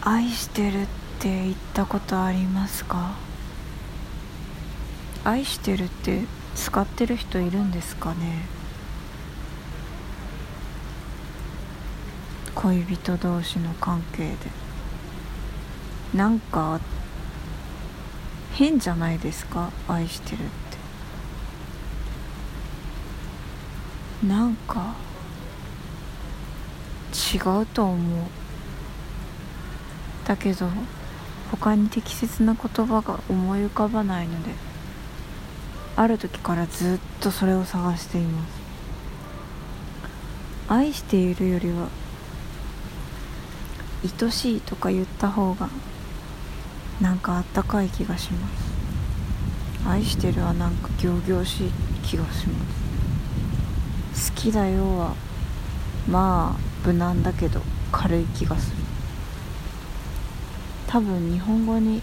愛してるって言ったことありますか？愛してるって使ってる人いるんですかね。恋人同士の関係でなんか変じゃないですか？愛してるってなんか違うと思う。だけど他に適切な言葉が思い浮かばないので、ある時からずっとそれを探しています。愛しているよりは愛しいとか言った方がなんかあったかい気がします。愛してるはなんか仰々しい気がします。好きだよはまあ無難だけど軽い気がする。多分日本語に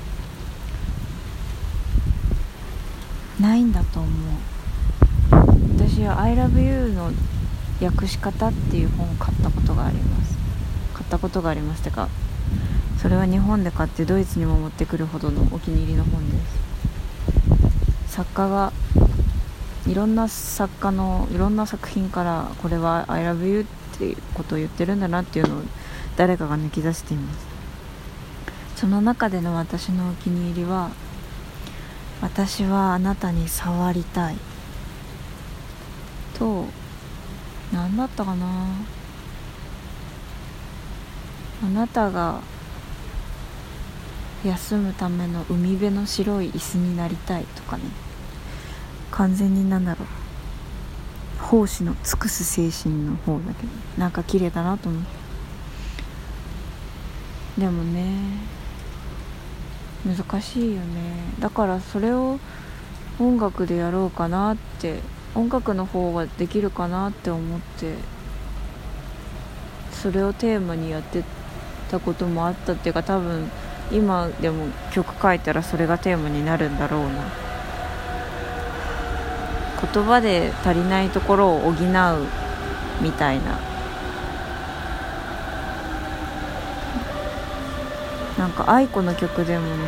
ないんだと思う。私は I love you の訳し方っていう本を買ったことがありますてか、それは日本で買ってドイツにも持ってくるほどのお気に入りの本です。作家がいろんな作家のいろんな作品からこれは I love you っていうことを言ってるんだなっていうのを誰かが抜き出しています。その中での私のお気に入りは、私はあなたに触りたいと、何だったかな、あなたが休むための海辺の白い椅子になりたいとかね。完全に奉仕の尽くす精神の方だけど、なんか綺麗だなと思って。でもね、難しいよね。だからそれを音楽でやろうかなって、音楽の方ができるかなって思って、それをテーマにやってたこともあったっていうか、多分今でも曲書いたらそれがテーマになるんだろうな。言葉で足りないところを補うみたいな。なんか愛子の曲でもね、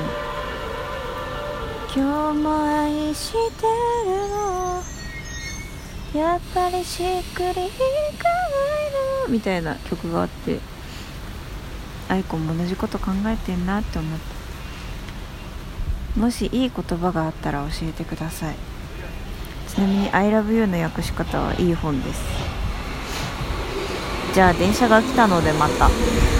今日も愛してるのやっぱりしっくりいかないのみたいな曲があって、愛子も同じこと考えてんなって思った。もしいい言葉があったら教えてください。ちなみに I love you の訳し方はいい本です。じゃあ電車が来たのでまた。